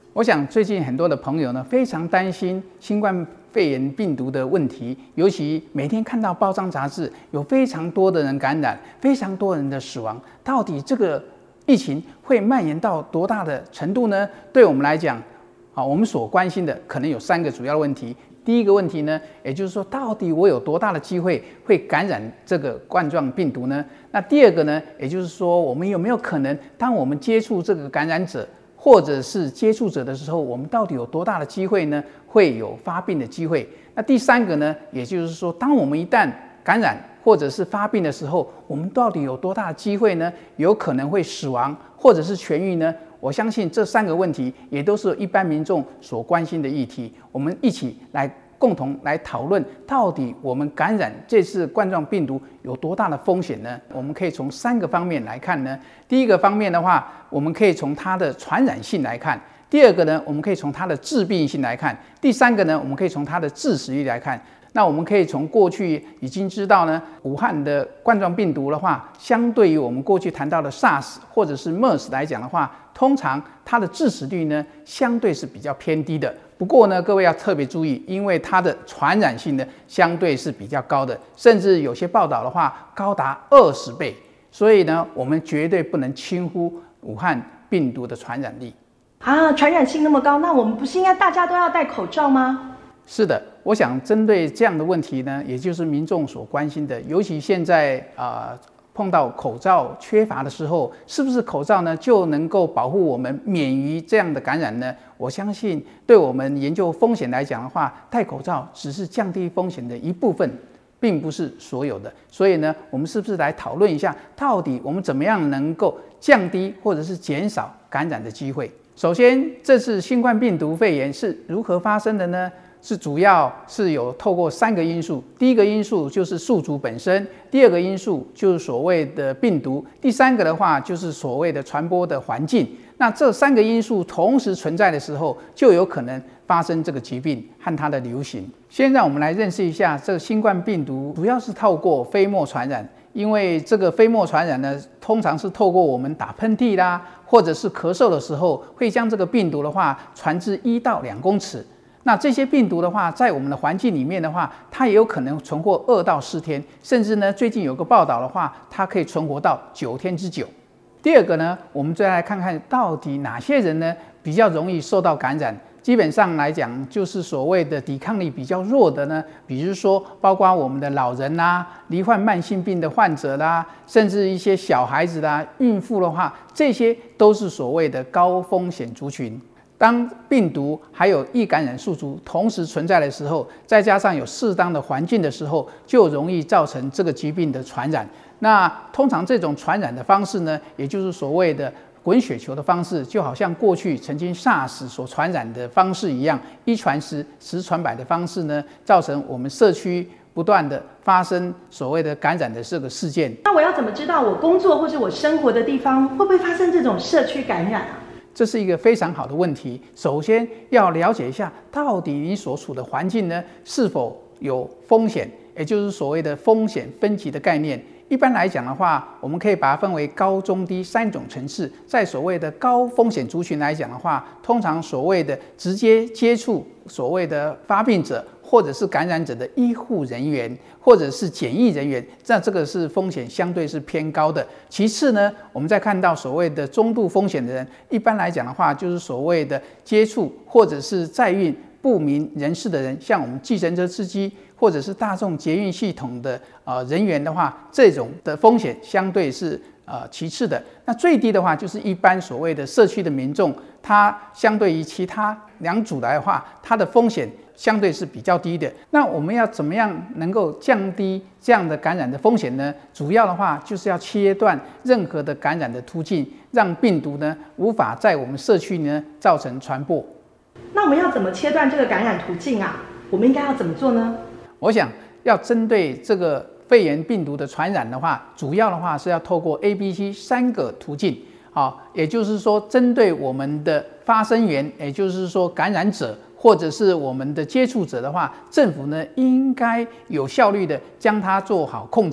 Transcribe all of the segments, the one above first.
我想最近很多的朋友呢，非常担心新冠肺炎病毒的问题，尤其每天看到报章杂志，有非常多的人感染，非常多人的死亡，到底这个疫情会蔓延到多大的程度呢？对我们来讲，我们所关心的可能有3个主要的问题。第一个问题呢，也就是说，到底我有多大的机会会感染这个冠状病毒呢？那第二个呢，也就是说，我们有没有可能，当我们接触这个感染者，或者是接触者的时候，我们到底有多大的机会呢？会有发病的机会。那第3个呢，也就是说，当我们一旦感染或者是发病的时候，我们到底有多大的机会呢？有可能会死亡或者是痊愈呢？我相信这3个问题也都是一般民众所关心的议题。我们一起来共同来讨论，到底我们感染这次冠状病毒有多大的风险呢？我们可以从3个方面来看呢。第一个方面的话，我们可以从它的传染性来看；第二个呢，我们可以从它的致病性来看；第3个呢，我们可以从它的致死率来看。那我们可以从过去已经知道呢，武汉的冠状病毒的话，相对于我们过去谈到的 SARS 或者是 MERS 来讲的话，通常它的致死率呢，相对是比较偏低的。不过呢，各位要特别注意，因为它的传染性呢，相对是比较高的，甚至有些报道的话，高达20倍。所以呢，我们绝对不能轻忽武汉病毒的传染力。 传染性那么高，那我们不是应该大家都要戴口罩吗？ 是的，我想针对这样的问题呢，也就是民众所关心的，尤其现在碰到口罩缺乏的时候，是不是口罩呢就能够保护我们免于这样的感染呢？我相信对我们研究风险来讲的话，戴口罩只是降低风险的一部分，并不是所有的。所以呢，我们是不是来讨论一下，到底我们怎么样能够降低或者是减少感染的机会？首先，这次新冠病毒肺炎是如何发生的呢？是主要是有透过3个因素。第一个因素就是宿主本身，第二个因素就是所谓的病毒，第3个的话就是所谓的传播的环境。那这3个因素同时存在的时候，就有可能发生这个疾病和它的流行。先让我们来认识一下这个新冠病毒，主要是透过飞沫传染。因为这个飞沫传染呢，通常是透过我们打喷嚏啦，或者是咳嗽的时候，会将这个病毒的话传至1到2公尺。那这些病毒的话，在我们的环境里面的话，它也有可能存活2到4天，甚至呢，最近有个报道的话，它可以存活到9天之久。第二个呢，我们再来看看到底哪些人呢比较容易受到感染。基本上来讲，就是所谓的抵抗力比较弱的呢，比如说包括我们的老人啦、罹患慢性病的患者啦，甚至一些小孩子啦、孕妇的话，这些都是所谓的高风险族群。当病毒还有易感染宿主同时存在的时候，再加上有适当的环境的时候，就容易造成这个疾病的传染。那通常这种传染的方式呢，也就是所谓的滚雪球的方式，就好像过去曾经 SARS 所传染的方式一样，1传10，10传100的方式呢，造成我们社区不断的发生所谓的感染的这个事件。 那我要怎么知道我工作或是我生活的地方会不会发生这种社区感染啊？ 这是一个非常好的问题。首先要了解一下，到底你所处的环境呢是否有风险，也就是所谓的风险分级的概念。一般来讲的话，我们可以把它分为高、中、低3种层次。在所谓的高风险族群来讲的话，通常所谓的直接接触所谓的发病者或者是感染者的医护人员或者是检疫人员，这个是风险相对是偏高的。其次呢，我们再看到所谓的中度风险的人，一般来讲的话，就是所谓的接触或者是载运不明人士的人，像我们计程车司机或者是大众捷运系统的人员的话，这种的风险相对是其次的。那最低的话，就是一般所谓的社区的民众，它相对于其他2组来的话，它的风险相对是比较低的。那我们要怎么样能够降低这样的感染的风险呢？主要的话就是要切断任何的感染的途径，让病毒呢无法在我们社区呢造成传播。 那我们要怎么切断这个感染途径啊？我们应该要怎么做呢？ 我想要针对这个肺炎病毒的传染的话，主要的话是要透过 A、B、C 3个途径。也就是说，针对我们的发生源，也就是说感染者或者是我们的接触者的话，政府呢应该有效率的将它做好控制，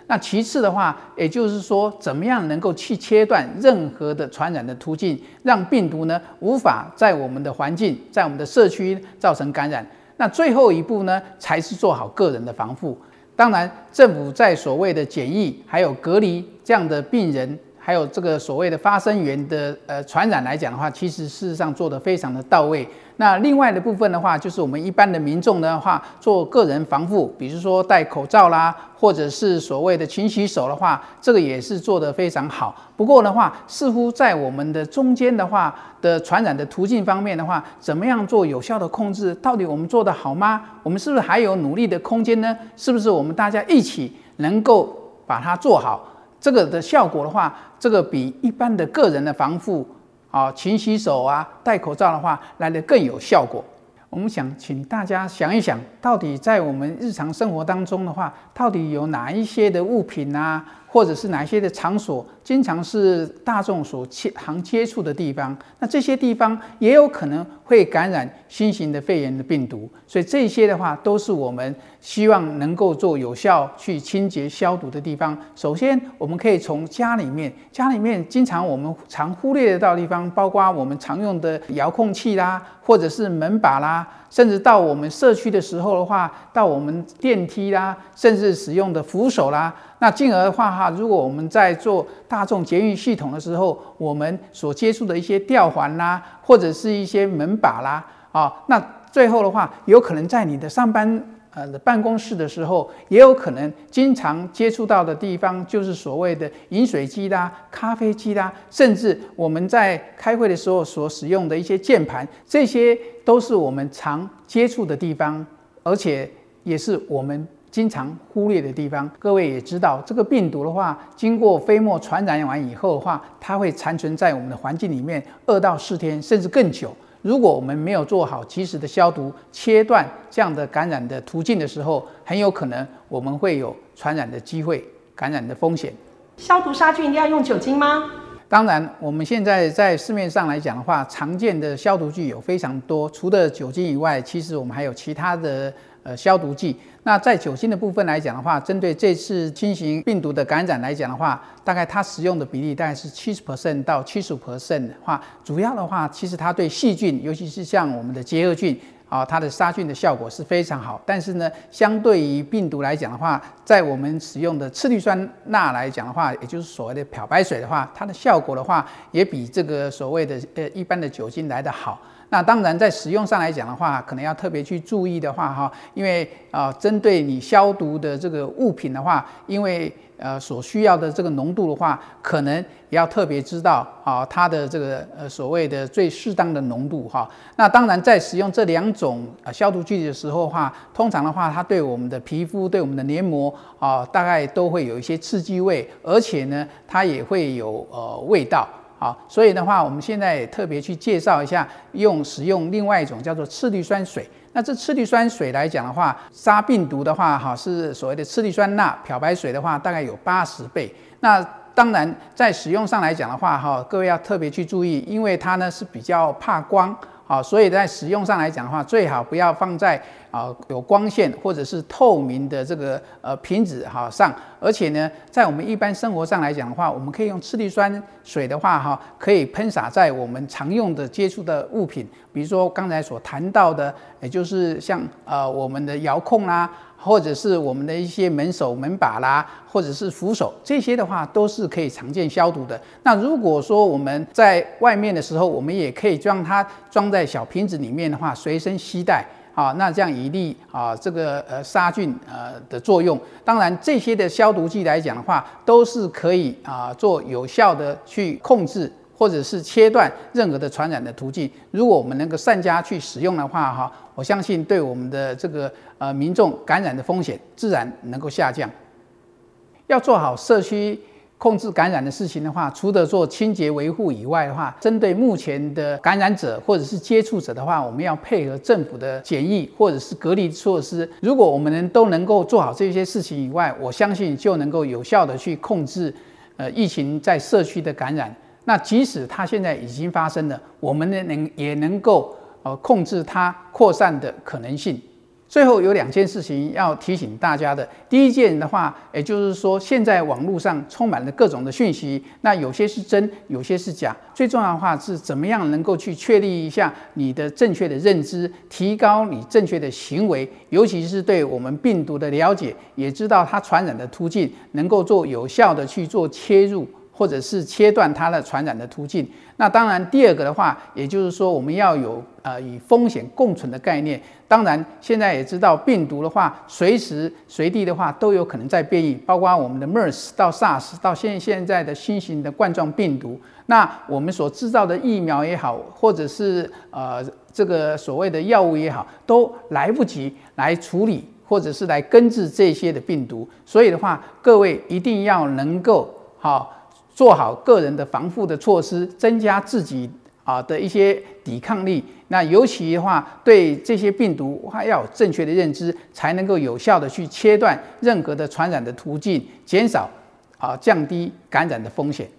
那其次的话，也就是说，怎么样能够去切断任何的传染的途径，让病毒呢无法在我们的环境、在我们的社区造成感染。那最后一步呢，才是做好个人的防护。当然，政府在所谓的检疫还有隔离这样的病人，还有这个所谓的发生源的传染来讲的话，其实事实上做得非常的到位。那另外的部分的话，就是我们一般的民众的话，做个人防护，比如说戴口罩啦，或者是所谓的勤洗手的话，这个也是做得非常好。不过的话，似乎在我们的中间的话的传染的途径方面的话，怎么样做有效的控制？到底我们做得好吗？我们是不是还有努力的空间呢？是不是我们大家一起能够把它做好？这个的效果的话，这个比一般的个人的防护勤洗手啊，戴口罩的话，来得更有效果。我们想请大家想一想，到底在我们日常生活当中的话，到底有哪一些的物品啊，或者是哪一些的场所，经常是大众所常接触的地方？那这些地方也有可能会感染新型的肺炎的病毒，所以这些的话，都是我们希望能够做有效去清洁消毒的地方。首先，我们可以从家里面经常我们常忽略得到的地方，包括我们常用的遥控器啦，或者是门把啦，甚至到我们社区的时候的话，到我们电梯啦，甚至使用的扶手啦。那进而的话如果我们在做大众捷运系统的时候，我们所接触的一些吊环啦，或者是一些门把啦，那最后的话，有可能在你的上班的办公室的时候，也有可能经常接触到的地方，就是所谓的饮水机啦、咖啡机啦，甚至我们在开会的时候所使用的一些键盘，这些都是我们常接触的地方，而且也是我们经常忽略的地方。各位也知道，这个病毒的话，经过飞沫传染完以后的话，它会残存在我们的环境里面2到4天，甚至更久。如果我们没有做好及时的消毒，切断这样的感染的途径的时候，很有可能我们会有传染的机会、感染的风险。 消毒杀菌一定要用酒精吗？ 当然，我们现在在市面上来讲的话，常见的消毒剂有非常多，除了酒精以外，其实我们还有其他的消毒剂。那在酒精的部分来讲的话，针对这次新型病毒的感染来讲的话，大概它使用的比例大概是70% 到75%的话，主要的话，其实它对细菌，尤其是像我们的结核菌它的杀菌的效果是非常好。但是呢，相对于病毒来讲的话，在我们使用的次氯酸钠来讲的话，也就是所谓的漂白水的话，它的效果的话，也比这个所谓的一般的酒精来得好。那当然，在使用上来讲的话，可能要特别去注意的话，因为针对你消毒的这个物品的话，因为所需要的这个浓度的话，可能也要特别知道它的这个所谓的最适当的浓度那当然，在使用这2种消毒剂的时候的话，通常的话，它对我们的皮肤、对我们的黏膜大概都会有一些刺激味，而且呢，它也会有味道。所以的话，我们现在也特别去介绍一下，使用另外一种叫做次氯酸水。那这次氯酸水来讲的话，杀病毒的话，是所谓的次氯酸钠漂白水的话，大概有80倍。那当然，在使用上来讲的话，各位要特别去注意，因为它呢是比较怕光。所以在使用上来讲的话，最好不要放在有光线或者是透明的这个瓶子上。而且呢，在我们一般生活上来讲的话，我们可以用次氯酸水的话可以喷洒在我们常用的接触的物品，比如说刚才所谈到的，也就是像我们的遥控啦，或者是我们的一些门手、门把啦，或者是扶手，这些的话都是可以常见消毒的。那如果说我们在外面的时候，我们也可以将它装在小瓶子里面的话，随身携带。那这样以利这个杀菌的作用。当然，这些的消毒剂来讲的话，都是可以做有效的去控制或者是切断任何的传染的途径。如果我们能够善加去使用的话，我相信对我们的这个民众感染的风险自然能够下降。要做好社区控制感染的事情的话，除了做清洁维护以外的话，针对目前的感染者或者是接触者的话，我们要配合政府的检疫或者是隔离措施。如果我们都能够做好这些事情以外，我相信就能够有效的去控制疫情在社区的感染。那即使它现在已经发生了，我们也能够控制它扩散的可能性。 最后有2件事情要提醒大家的。第一件的话，也就是说，现在网络上充满了各种的讯息，那有些是真，有些是假。最重要的话是怎么样能够去确立一下你的正确的认知，提高你正确的行为，尤其是对我们病毒的了解，也知道它传染的途径，能够做有效的去做切入，或者是切断它的传染的途径。那当然，第二个的话，也就是说，我们要有与风险共存的概念。当然，现在也知道病毒的话，随时随地的话都有可能在变异，包括我们的 MERS 到 SARS 到现在的新型的冠状病毒。那我们所制造的疫苗也好，或者是这个所谓的药物也好，都来不及来处理，或者是来根治这些的病毒。所以的话，各位一定要能够做好个人的防护的措施，增加自己的一些抵抗力。那尤其的话，对这些病毒还要有正确的认知，才能够有效的去切断任何的传染的途径，减少降低感染的风险。